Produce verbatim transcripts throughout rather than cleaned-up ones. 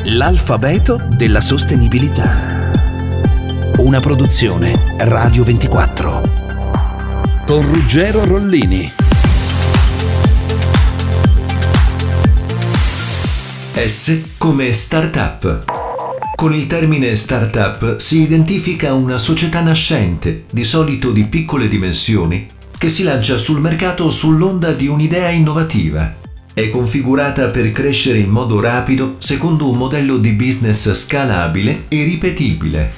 L'alfabeto della sostenibilità. Una produzione Radio ventiquattro con Ruggero Rollini. S come startup. Con il termine startup si identifica una società nascente, di solito di piccole dimensioni, che si lancia sul mercato sull'onda di un'idea innovativa. È configurata per crescere in modo rapido secondo un modello di business scalabile e ripetibile.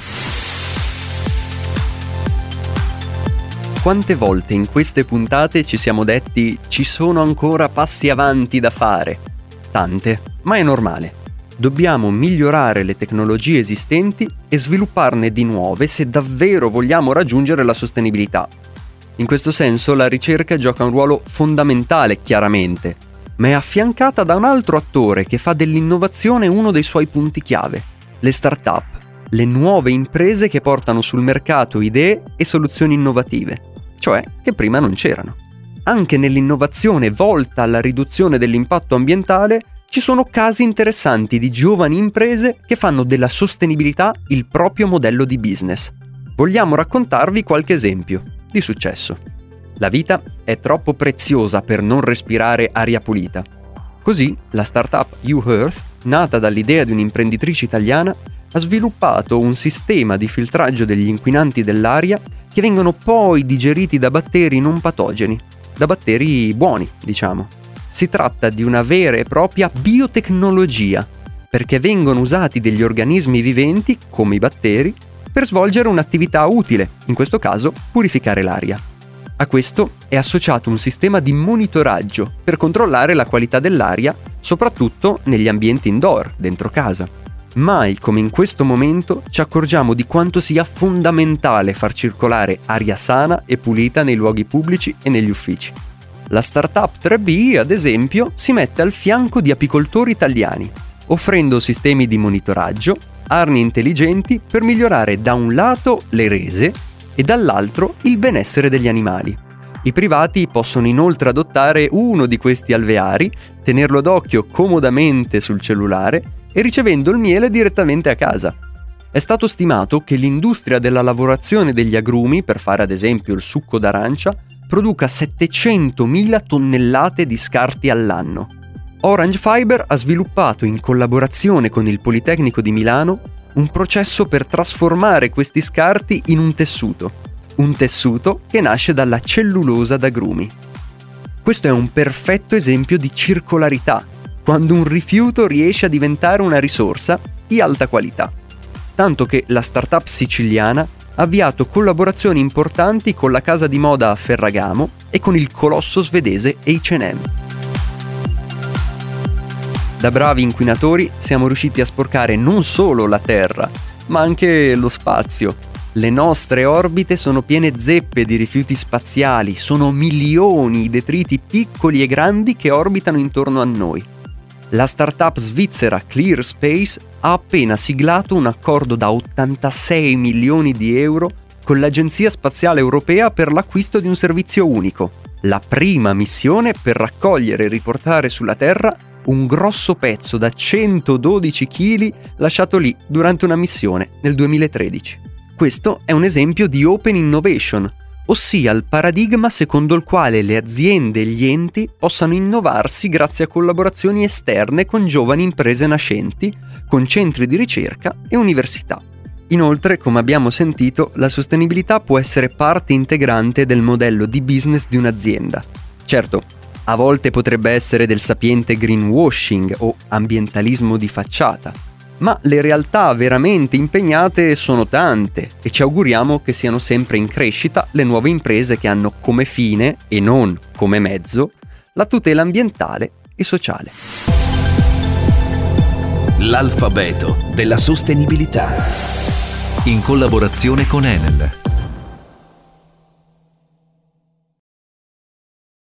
Quante volte in queste puntate ci siamo detti ci sono ancora passi avanti da fare? Tante, ma è normale. Dobbiamo migliorare le tecnologie esistenti e svilupparne di nuove se davvero vogliamo raggiungere la sostenibilità. In questo senso la ricerca gioca un ruolo fondamentale, chiaramente, ma è affiancata da un altro attore che fa dell'innovazione uno dei suoi punti chiave: le start-up, le nuove imprese che portano sul mercato idee e soluzioni innovative, cioè che prima non c'erano. Anche nell'innovazione volta alla riduzione dell'impatto ambientale ci sono casi interessanti di giovani imprese che fanno della sostenibilità il proprio modello di business. Vogliamo raccontarvi qualche esempio di successo. La vita è troppo preziosa per non respirare aria pulita. Così la startup YouEarth, nata dall'idea di un'imprenditrice italiana, ha sviluppato un sistema di filtraggio degli inquinanti dell'aria che vengono poi digeriti da batteri non patogeni, da batteri buoni, diciamo. Si tratta di una vera e propria biotecnologia, perché vengono usati degli organismi viventi, come i batteri, per svolgere un'attività utile, in questo caso purificare l'aria. A questo è associato un sistema di monitoraggio per controllare la qualità dell'aria, soprattutto negli ambienti indoor, dentro casa. Mai come in questo momento ci accorgiamo di quanto sia fondamentale far circolare aria sana e pulita nei luoghi pubblici e negli uffici. La startup tre B, ad esempio, si mette al fianco di apicoltori italiani, offrendo sistemi di monitoraggio, arni intelligenti per migliorare da un lato le rese e dall'altro il benessere degli animali. I privati possono inoltre adottare uno di questi alveari, tenerlo d'occhio comodamente sul cellulare e ricevendo il miele direttamente a casa. È stato stimato che l'industria della lavorazione degli agrumi, per fare ad esempio il succo d'arancia, produca settecentomila tonnellate di scarti all'anno. Orange Fiber ha sviluppato in collaborazione con il Politecnico di Milano un processo per trasformare questi scarti in un tessuto, un tessuto che nasce dalla cellulosa d'agrumi. Questo è un perfetto esempio di circolarità, quando un rifiuto riesce a diventare una risorsa di alta qualità. Tanto che la startup siciliana ha avviato collaborazioni importanti con la casa di moda Ferragamo e con il colosso svedese acca e emme. Da bravi inquinatori siamo riusciti a sporcare non solo la Terra, ma anche lo spazio. Le nostre orbite sono piene zeppe di rifiuti spaziali, sono milioni i detriti piccoli e grandi che orbitano intorno a noi. La startup svizzera Clear Space ha appena siglato un accordo da ottantasei milioni di euro con l'Agenzia Spaziale Europea per l'acquisto di un servizio unico, la prima missione per raccogliere e riportare sulla Terra un grosso pezzo da centododici chili lasciato lì durante una missione nel duemilatredici. Questo è un esempio di Open Innovation, ossia il paradigma secondo il quale le aziende e gli enti possano innovarsi grazie a collaborazioni esterne con giovani imprese nascenti, con centri di ricerca e università. Inoltre, come abbiamo sentito, la sostenibilità può essere parte integrante del modello di business di un'azienda. Certo, a volte potrebbe essere del sapiente greenwashing o ambientalismo di facciata, ma le realtà veramente impegnate sono tante e ci auguriamo che siano sempre in crescita le nuove imprese che hanno come fine, e non come mezzo, la tutela ambientale e sociale. L'alfabeto della sostenibilità. In collaborazione con Enel.